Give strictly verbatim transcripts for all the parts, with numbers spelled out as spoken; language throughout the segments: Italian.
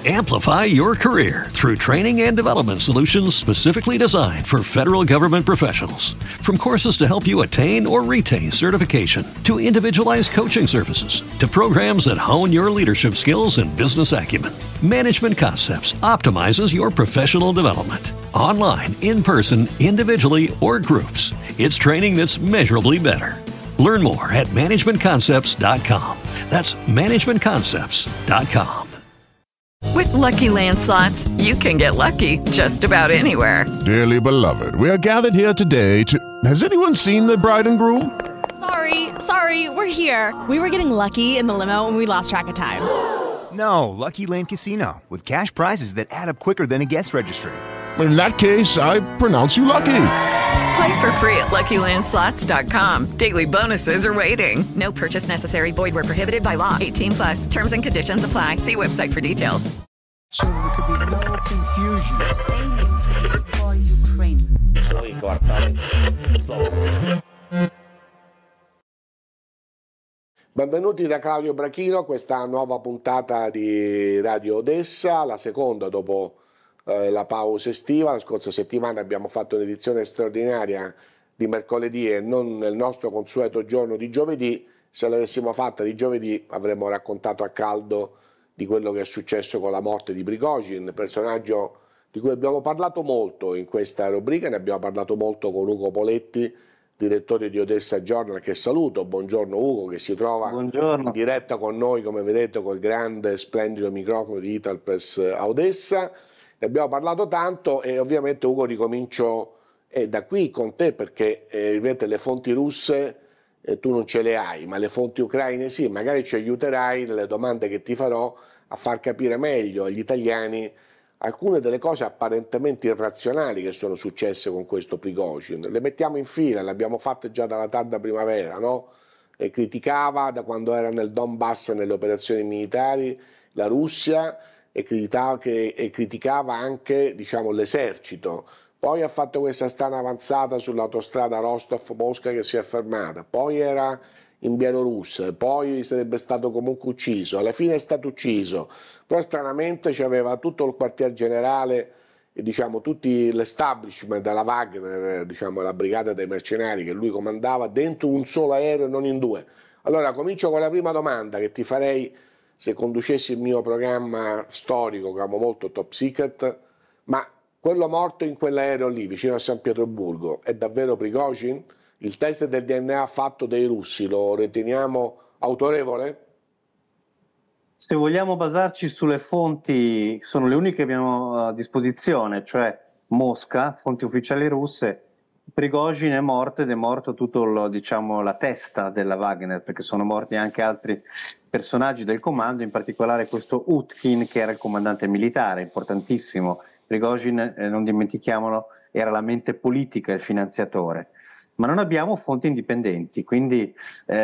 Amplify your career through training and development solutions specifically designed for federal government professionals. From courses to help you attain or retain certification, to individualized coaching services, to programs that hone your leadership skills and business acumen, Management Concepts optimizes your professional development. Online, in person, individually, or groups, it's training that's measurably better. Learn more at management concepts dot com. That's management concepts dot com. With Lucky Land Slots, you can get lucky just about anywhere. Dearly beloved, we are gathered here today to... Has anyone seen the bride and groom? Sorry, sorry, we're here. We were getting lucky in the limo and we lost track of time. No, Lucky Land Casino, with cash prizes that add up quicker than a guest registry. In that case, I pronounce you lucky. Play for free at lucky land slots dot com. Daily bonuses are waiting. No purchase necessary. Void where prohibited by law. eighteen plus. Terms and conditions apply. See website for details. So there could be no confusion. Aiming for Ukraine. Benvenuti da Claudio Brachino a questa nuova puntata di Radio Odessa, la seconda dopo eh, la pausa estiva. La scorsa settimana abbiamo fatto un'edizione straordinaria di mercoledì e non nel nostro consueto giorno di giovedì. Se l'avessimo fatta di giovedì avremmo raccontato a caldo di quello che è successo con la morte di Prigozhin, personaggio di cui abbiamo parlato molto in questa rubrica. Ne abbiamo parlato molto con Ugo Poletti, direttore di Odessa Journal, che saluto. Buongiorno Ugo, che si trova Buongiorno. in diretta con noi, come vedete, col grande splendido microfono di Italpress a Odessa. Ne abbiamo parlato tanto e ovviamente Ugo ricomincio eh, da qui con te, perché eh, vedete, le fonti russe eh, tu non ce le hai, ma le fonti ucraine sì. Magari ci aiuterai nelle domande che ti farò a far capire meglio agli italiani alcune delle cose apparentemente irrazionali che sono successe con questo Prigozhin. Le mettiamo in fila, le abbiamo fatte già dalla tarda primavera, no? E criticava da quando era nel Donbass nelle operazioni militari la Russia e criticava, che, e criticava anche, diciamo, l'esercito. Poi ha fatto questa strana avanzata sull'autostrada Rostov-Mosca che si è fermata, poi era in Bielorussia, poi sarebbe stato comunque ucciso, alla fine è stato ucciso, però stranamente c'aveva tutto il quartier generale e diciamo tutti l'establishment della Wagner, diciamo la brigata dei mercenari che lui comandava, dentro un solo aereo e non in due. Allora comincio con la prima domanda che ti farei se conducessi il mio programma storico, che amo molto, Top Secret, ma quello morto in quell'aereo lì vicino a San Pietroburgo è davvero Prigozhin? Il test del D N A fatto dai russi lo riteniamo autorevole? Se vogliamo basarci sulle fonti, sono le uniche che abbiamo a disposizione, cioè Mosca, fonti ufficiali russe, Prigozhin è morto ed è morto tutto lo, diciamo, la testa della Wagner, perché sono morti anche altri personaggi del comando, in particolare questo Utkin che era il comandante militare, importantissimo. Prigozhin, eh, non dimentichiamolo, era la mente politica, il finanziatore. Ma non abbiamo fonti indipendenti, quindi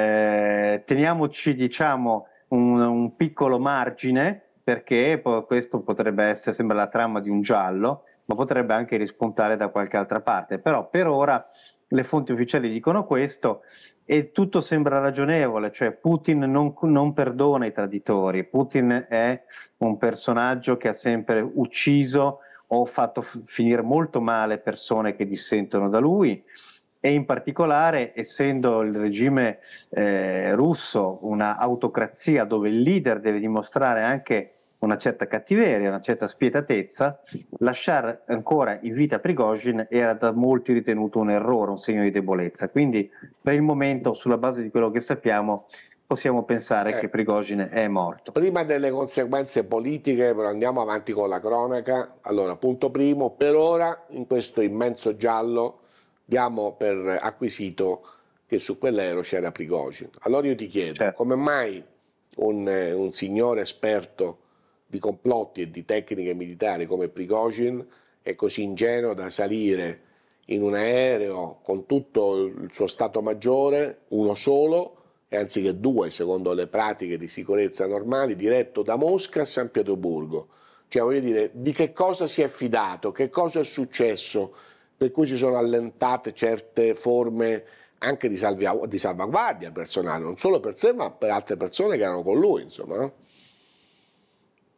eh, teniamoci, diciamo, un, un piccolo margine, perché po- questo potrebbe essere, sembra la trama di un giallo, ma potrebbe anche rispuntare da qualche altra parte. Però per ora le fonti ufficiali dicono questo e tutto sembra ragionevole, cioè Putin non, non perdona i traditori, Putin è un personaggio che ha sempre ucciso o fatto f- finire molto male persone che dissentono da lui. E in particolare, essendo il regime eh, russo una autocrazia dove il leader deve dimostrare anche una certa cattiveria, una certa spietatezza, lasciare ancora in vita Prigozhin era da molti ritenuto un errore, un segno di debolezza. Quindi per il momento, sulla base di quello che sappiamo, possiamo pensare eh, che Prigozhin è morto. Prima delle conseguenze politiche, però andiamo avanti con la cronaca. Allora, punto primo, per ora in questo immenso giallo diamo per acquisito che su quell'aereo c'era Prigozhin. Allora io ti chiedo, certo, come mai un, un signore esperto di complotti e di tecniche militari come Prigozhin è così ingenuo da salire in un aereo con tutto il suo stato maggiore, uno solo, e anziché due secondo le pratiche di sicurezza normali, diretto da Mosca a San Pietroburgo? Cioè, voglio dire, di che cosa si è fidato, che cosa è successo per cui si sono allentate certe forme anche di, salvia, di salvaguardia personale, non solo per sé ma per altre persone che erano con lui, insomma, no?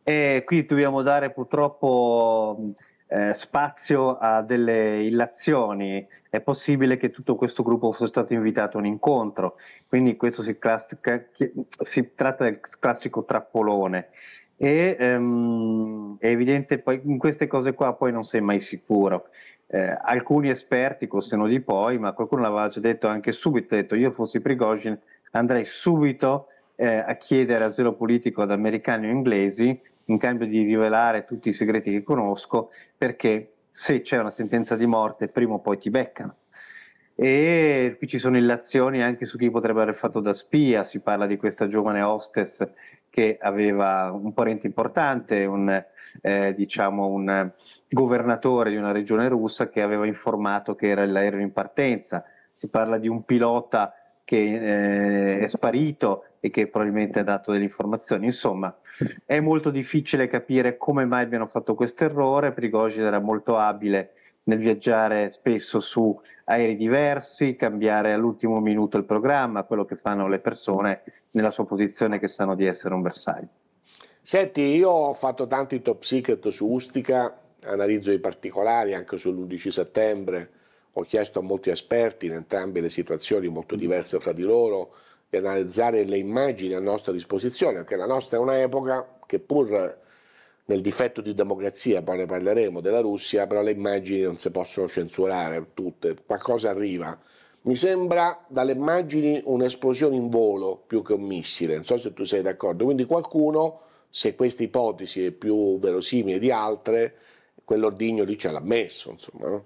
E qui dobbiamo dare purtroppo eh, spazio a delle illazioni. È possibile che tutto questo gruppo fosse stato invitato a un incontro, quindi questo si, classica, si tratta del classico trappolone. E ehm, è evidente poi in queste cose qua poi non sei mai sicuro. Eh, alcuni esperti col senno di poi, ma qualcuno l'aveva già detto anche subito, ha detto io fossi Prigozhin andrei subito eh, a chiedere asilo politico ad americani o inglesi in cambio di rivelare tutti i segreti che conosco, perché se c'è una sentenza di morte prima o poi ti beccano. E qui ci sono illazioni anche su chi potrebbe aver fatto da spia. Si parla di questa giovane hostess che aveva un parente importante, un, eh, diciamo un governatore di una regione russa che aveva informato che era l'aereo in partenza. Si parla di un pilota che eh, è sparito e che probabilmente ha dato delle informazioni. Insomma, è molto difficile capire come mai abbiano fatto questo errore. Prigozhin era molto abile nel viaggiare spesso su aerei diversi, cambiare all'ultimo minuto il programma, quello che fanno le persone nella sua posizione che sanno di essere un bersaglio. Senti, io ho fatto tanti top secret su Ustica, analizzo i particolari anche sull'undici settembre, ho chiesto a molti esperti in entrambe le situazioni molto diverse fra di loro di analizzare le immagini a nostra disposizione, perché la nostra è un'epoca che pur nel difetto di democrazia, poi ne parleremo, della Russia, però le immagini non si possono censurare tutte, qualcosa arriva. Mi sembra dalle immagini un'esplosione in volo più che un missile, non so se tu sei d'accordo, quindi qualcuno, se questa ipotesi è più verosimile di altre, quell'ordigno lì ce l'ha messo, insomma, no?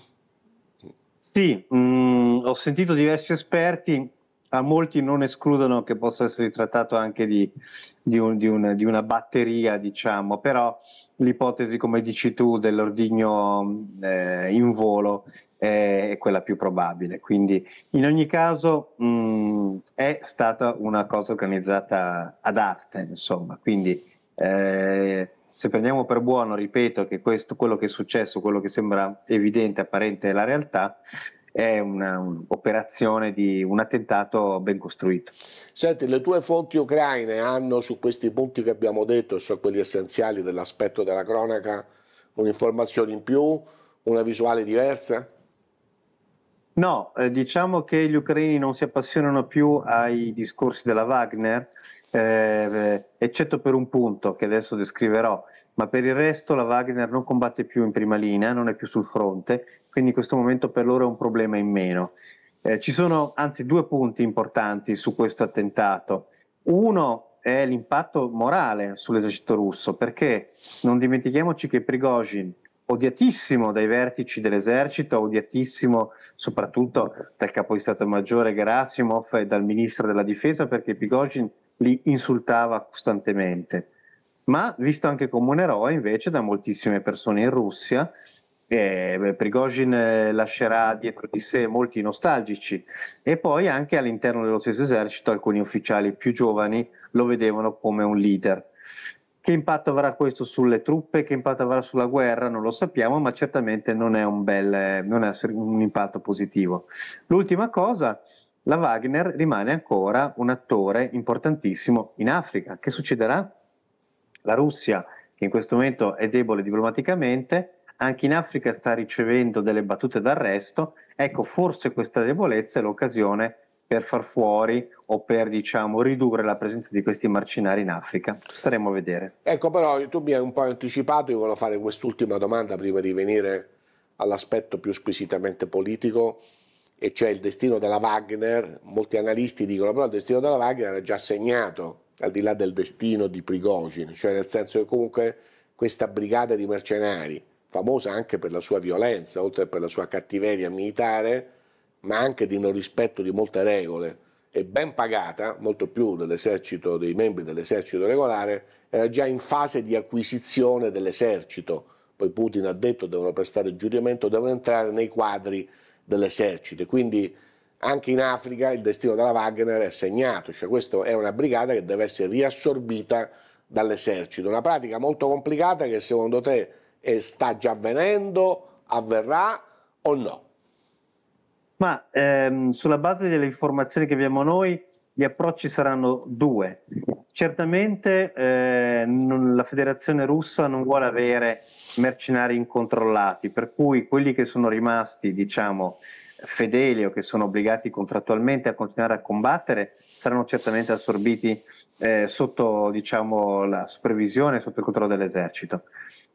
Sì, mh, ho sentito diversi esperti, a molti non escludono che possa essere trattato anche di, di, un, di, un, di una batteria, diciamo, però l'ipotesi, come dici tu, dell'ordigno eh, in volo è, è quella più probabile. Quindi in ogni caso mh, è stata una cosa organizzata ad arte, insomma, quindi eh, se prendiamo per buono, ripeto, che questo, quello che è successo, quello che sembra evidente, apparente è la realtà, è un'operazione di un attentato ben costruito. Senti, le tue fonti ucraine hanno su questi punti che abbiamo detto, su quelli essenziali dell'aspetto della cronaca, un'informazione in più, una visuale diversa? No, eh, diciamo che gli ucraini non si appassionano più ai discorsi della Wagner, eh, eccetto per un punto che adesso descriverò, ma per il resto la Wagner non combatte più in prima linea, non è più sul fronte, quindi in questo momento per loro è un problema in meno. Eh, ci sono anzi due punti importanti su questo attentato. Uno è l'impatto morale sull'esercito russo, perché non dimentichiamoci che Prigozhin, odiatissimo dai vertici dell'esercito, odiatissimo soprattutto dal capo di Stato Maggiore Gerasimov e dal ministro della difesa, perché Prigozhin li insultava costantemente, ma visto anche come un eroe invece da moltissime persone in Russia. Eh, Prigozhin eh, lascerà dietro di sé molti nostalgici, e poi anche all'interno dello stesso esercito alcuni ufficiali più giovani lo vedevano come un leader. Che impatto avrà questo sulle truppe, che impatto avrà sulla guerra non lo sappiamo, ma certamente non è un bel, non è un impatto positivo. L'ultima cosa, la Wagner rimane ancora un attore importantissimo in Africa. Che succederà? La Russia, che in questo momento è debole diplomaticamente, anche in Africa sta ricevendo delle battute d'arresto. Ecco, forse questa debolezza è l'occasione per far fuori o per, diciamo, ridurre la presenza di questi marcinari in Africa. Staremo a vedere. Ecco, però tu mi hai un po' anticipato, io volevo fare quest'ultima domanda prima di venire all'aspetto più squisitamente politico, e cioè il destino della Wagner. Molti analisti dicono però il destino della Wagner era già segnato, al di là del destino di Prigozhin, cioè nel senso che comunque questa brigata di mercenari, famosa anche per la sua violenza, oltre che per la sua cattiveria militare, ma anche di non rispetto di molte regole, e ben pagata, molto più dell'esercito, dei membri dell'esercito regolare, era già in fase di acquisizione dell'esercito. Poi Putin ha detto devono prestare giuramento, devono entrare nei quadri dell'esercito, quindi anche in Africa il destino della Wagner è segnato, cioè questa è una brigata che deve essere riassorbita dall'esercito, una pratica molto complicata che secondo te è, sta già avvenendo, avverrà o no? Ma ehm, sulla base delle informazioni che abbiamo noi, gli approcci saranno due. Certamente eh, non, la Federazione Russa non vuole avere mercenari incontrollati, per cui quelli che sono rimasti, diciamo, fedeli o che sono obbligati contrattualmente a continuare a combattere saranno certamente assorbiti eh, sotto, diciamo, la supervisione, sotto il controllo dell'esercito.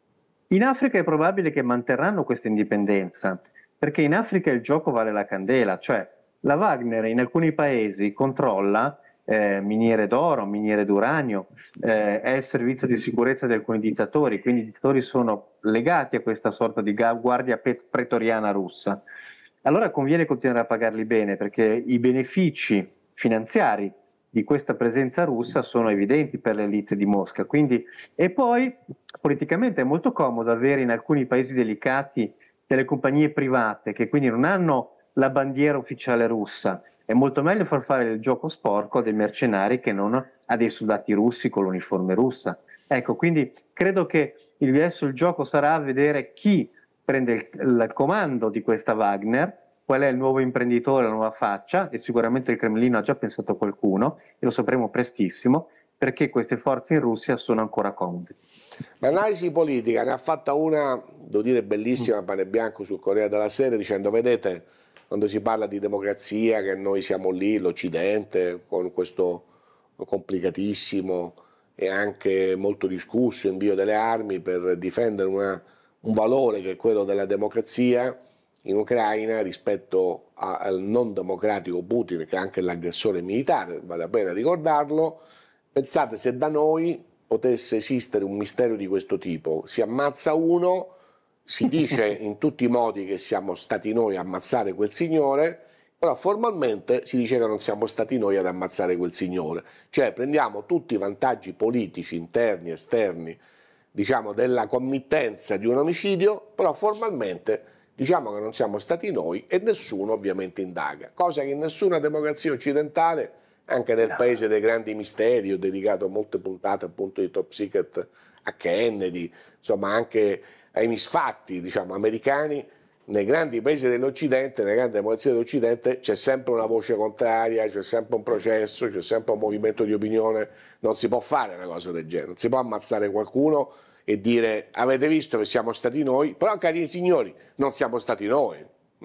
In Africa è probabile che manterranno questa indipendenza, perché in Africa il gioco vale la candela, cioè la Wagner in alcuni paesi controlla eh, miniere d'oro, miniere d'uranio, eh, è il servizio di sicurezza di alcuni dittatori, quindi i dittatori sono legati a questa sorta di guardia pretoriana russa. Allora conviene continuare a pagarli bene, perché i benefici finanziari di questa presenza russa sono evidenti per l'elite di Mosca. Quindi, e poi politicamente è molto comodo avere in alcuni paesi delicati delle compagnie private che quindi non hanno la bandiera ufficiale russa. È molto meglio far fare il gioco sporco a dei mercenari che non a dei soldati russi con l'uniforme russa. Ecco, quindi credo che il, adesso il gioco sarà vedere chi prende il, il comando di questa Wagner, qual è il nuovo imprenditore, la nuova faccia, e sicuramente il Cremlino ha già pensato a qualcuno, e lo sapremo prestissimo, perché queste forze in Russia sono ancora comode. L'analisi politica ne ha fatta una, devo dire, bellissima, pane bianco sul Corriere della Sera, dicendo: vedete, quando si parla di democrazia, che noi siamo lì, l'Occidente, con questo complicatissimo e anche molto discusso invio delle armi per difendere una, un valore che è quello della democrazia in Ucraina rispetto a, al non democratico Putin, che è anche l'aggressore militare, vale la pena ricordarlo. Pensate se da noi potesse esistere un mistero di questo tipo: si ammazza uno, si dice in tutti i modi che siamo stati noi a ammazzare quel signore, però formalmente si dice che non siamo stati noi ad ammazzare quel signore. Cioè prendiamo tutti i vantaggi politici interni, esterni, diciamo, della committenza di un omicidio, però formalmente diciamo che non siamo stati noi e nessuno ovviamente indaga, cosa che in nessuna democrazia occidentale, anche nel paese dei grandi misteri, ho dedicato molte puntate appunto di Top Secret a Kennedy, insomma anche ai misfatti, diciamo, americani. Nei grandi paesi dell'Occidente, nelle grandi democrazie dell'Occidente c'è sempre una voce contraria, c'è sempre un processo, c'è sempre un movimento di opinione. Non si può fare una cosa del genere, non si può ammazzare qualcuno e dire: avete visto che siamo stati noi, però cari signori non siamo stati noi.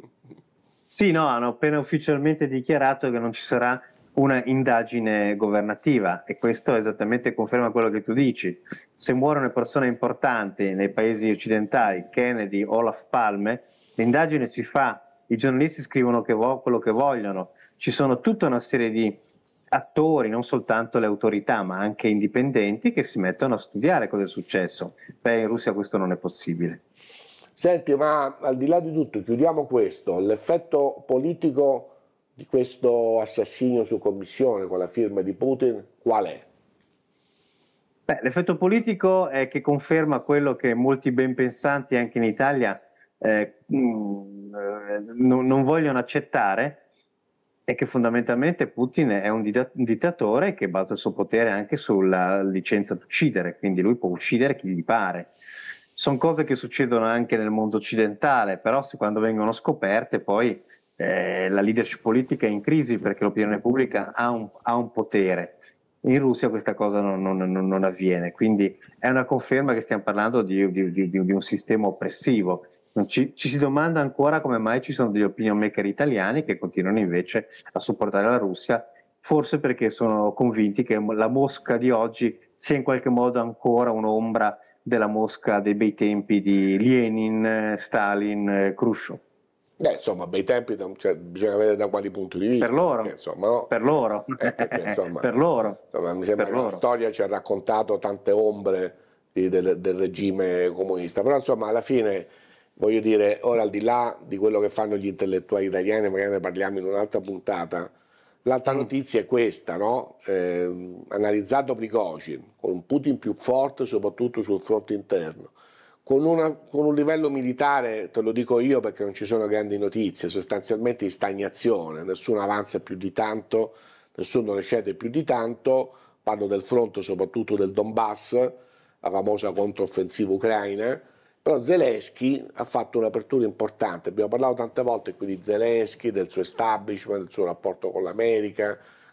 Sì, no, hanno appena ufficialmente dichiarato che non ci sarà una indagine governativa, e questo esattamente conferma quello che tu dici. Se muorono persone importanti nei paesi occidentali, Kennedy, Olaf Palme, l'indagine si fa, i giornalisti scrivono che vo- quello che vogliono, ci sono tutta una serie di attori, non soltanto le autorità ma anche indipendenti, che si mettono a studiare cosa è successo. Beh, in Russia questo non è possibile. Senti, ma al di là di tutto, chiudiamo questo, l'effetto politico di questo assassinio su commissione con la firma di Putin qual è? Beh, l'effetto politico è che conferma quello che molti ben pensanti anche in Italia eh, mh, non, non vogliono accettare, è che fondamentalmente Putin è un, di- un dittatore che basa il suo potere anche sulla licenza d'uccidere, quindi lui può uccidere chi gli pare. Sono cose che succedono anche nel mondo occidentale, però se quando vengono scoperte poi eh, la leadership politica è in crisi, perché l'opinione pubblica ha un, ha un potere. In Russia questa cosa non, non, non avviene, quindi è una conferma che stiamo parlando di, di, di, di un sistema oppressivo. Non ci, ci si domanda ancora come mai ci sono degli opinion maker italiani che continuano invece a supportare la Russia, forse perché sono convinti che la Mosca di oggi sia in qualche modo ancora un'ombra della Mosca dei bei tempi di Lenin, Stalin, Khrushchev. Beh, insomma, bei tempi, cioè, bisogna vedere da quali punti di vista. Per loro, perché, insomma, no? per loro, eh, perché, insomma, per loro. Insomma, mi sembra per che loro. la storia ci ha raccontato tante ombre di, del, del regime comunista, però insomma alla fine, voglio dire, ora al di là di quello che fanno gli intellettuali italiani, magari ne parliamo in un'altra puntata, l'altra mm. notizia è questa, no? Eh, analizzato Prigozhin, con un Putin più forte soprattutto sul fronte interno, Con, una, con un livello militare, te lo dico io perché non ci sono grandi notizie, sostanzialmente in stagnazione, nessuno avanza più di tanto, nessuno recede più di tanto, parlo del fronte soprattutto del Donbass, la famosa controffensiva ucraina, però Zelensky ha fatto un'apertura importante, abbiamo parlato tante volte qui di Zelensky, del suo establishment, del suo rapporto con l'America,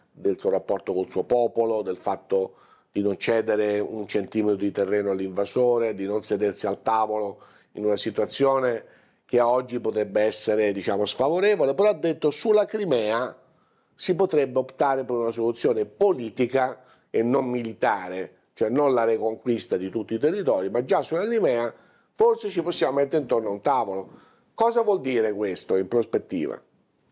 del suo rapporto col suo popolo, del fatto di non cedere un centimetro di terreno all'invasore, di non sedersi al tavolo in una situazione che a oggi potrebbe essere, diciamo, sfavorevole, però ha detto sulla Crimea si potrebbe optare per una soluzione politica e non militare, cioè non la reconquista di tutti i territori, ma già sulla Crimea forse ci possiamo mettere intorno a un tavolo. Cosa vuol dire questo in prospettiva?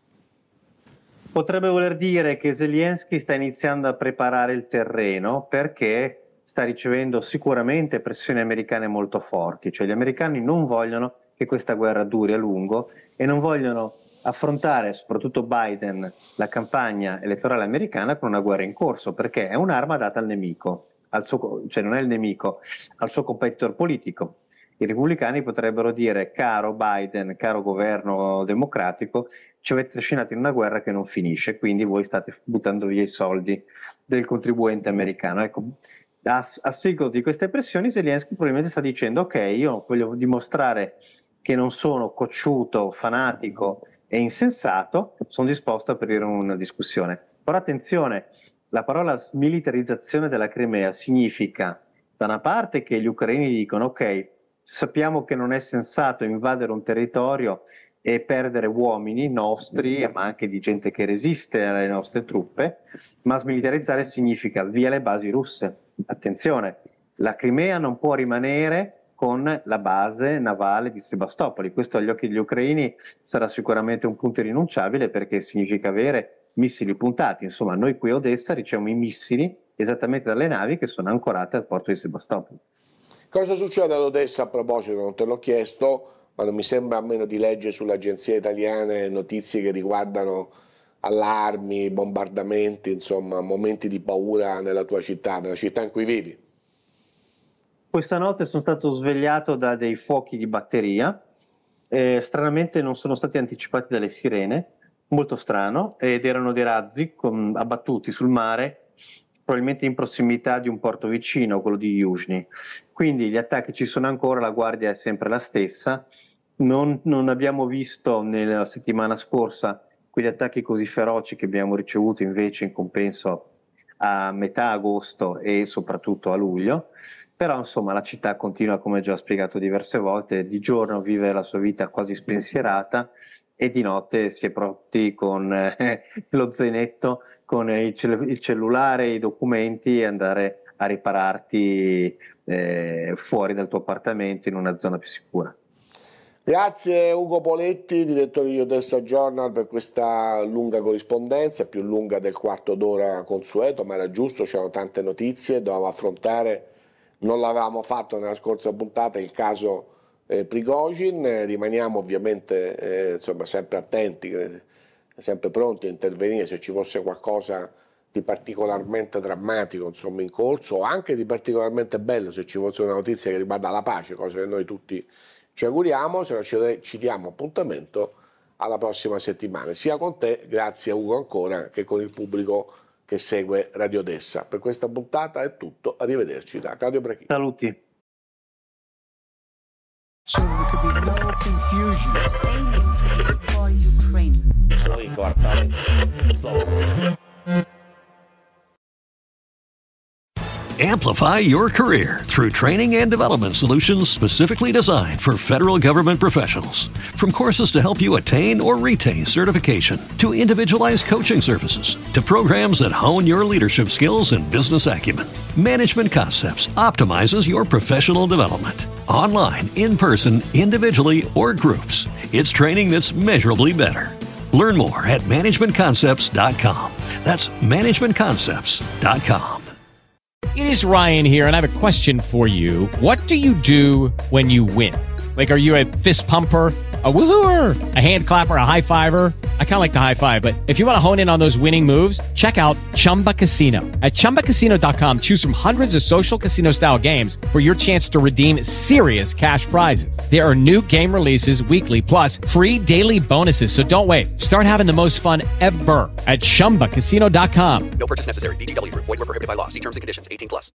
Potrebbe voler dire che Zelensky sta iniziando a preparare il terreno perché sta ricevendo sicuramente pressioni americane molto forti, cioè gli americani non vogliono che questa guerra duri a lungo e non vogliono affrontare, soprattutto Biden, la campagna elettorale americana con una guerra in corso, perché è un'arma data al nemico, al suo, cioè non è il nemico, al suo competitor politico. I repubblicani potrebbero dire: caro Biden, caro governo democratico, ci avete trascinato in una guerra che non finisce, quindi voi state buttando via i soldi del contribuente americano. Ecco, a, a seguito di queste pressioni Zelensky probabilmente sta dicendo: ok, io voglio dimostrare che non sono cocciuto, fanatico e insensato, sono disposto a aprire una discussione. Però attenzione, la parola smilitarizzazione della Crimea significa da una parte che gli ucraini dicono: ok, sappiamo che non è sensato invadere un territorio e perdere uomini nostri, ma anche di gente che resiste alle nostre truppe, ma smilitarizzare significa via le basi russe. Attenzione, la Crimea non può rimanere con la base navale di Sebastopoli. Questo agli occhi degli ucraini sarà sicuramente un punto irrinunciabile, perché significa avere missili puntati. Insomma, noi qui a Odessa riceviamo i missili esattamente dalle navi che sono ancorate al porto di Sebastopoli. Cosa succede ad Odessa a proposito? Non te l'ho chiesto, ma non mi sembra, a meno di leggere sulle agenzie italiane notizie che riguardano allarmi, bombardamenti, insomma momenti di paura nella tua città, nella città in cui vivi. Questa notte sono stato svegliato da dei fuochi di batteria, eh, stranamente non sono stati anticipati dalle sirene, molto strano, ed erano dei razzi con, abbattuti sul mare, probabilmente in prossimità di un porto vicino, quello di Yuzhny. Quindi gli attacchi ci sono ancora, la guardia è sempre la stessa. Non, non abbiamo visto nella settimana scorsa quegli attacchi così feroci che abbiamo ricevuto invece in compenso a metà agosto e soprattutto a luglio. Però insomma la città continua, come già ho spiegato diverse volte, di giorno vive la sua vita quasi spensierata e di notte si è pronti con eh, lo zainetto, con il, cell- il cellulare, i documenti, e andare a ripararti eh, fuori dal tuo appartamento in una zona più sicura. Grazie Ugo Poletti, direttore di Odessa Journal, per questa lunga corrispondenza, più lunga del quarto d'ora consueto, ma era giusto, c'erano tante notizie, dovevamo affrontare. Non l'avevamo fatto nella scorsa puntata, il caso eh, Prigozhin. Eh, rimaniamo ovviamente eh, insomma, sempre attenti, eh, sempre pronti a intervenire se ci fosse qualcosa di particolarmente drammatico insomma, in corso, o anche di particolarmente bello se ci fosse una notizia che riguarda la pace, cosa che noi tutti ci auguriamo. Se no ci, ci diamo appuntamento alla prossima settimana, sia con te, grazie Ugo ancora, che con il pubblico che segue Radio Odessa. Per questa puntata è tutto, arrivederci da Claudio Brachini. Saluti. So there could be no confusion. Aiming for Ukraine. Soy Quartale. So. Amplify your career through training and development solutions specifically designed for federal government professionals. From courses to help you attain or retain certification, to individualized coaching services, to programs that hone your leadership skills and business acumen, Management Concepts optimizes your professional development. Online, in person, individually, or groups, it's training that's measurably better. Learn more at management concepts dot com. That's management concepts dot com. It is Ryan here, and I have a question for you. What do you do when you win? Like, are you a fist pumper, a woohooer, a hand clapper, a high fiver? I kind of like the high five, but if you want to hone in on those winning moves, check out Chumba Casino. At chumba casino dot com, choose from hundreds of social casino-style games for your chance to redeem serious cash prizes. There are new game releases weekly, plus free daily bonuses, so don't wait. Start having the most fun ever at chumba casino dot com. No purchase necessary. V G W Group. Void where prohibited by law. See terms and conditions. eighteen plus.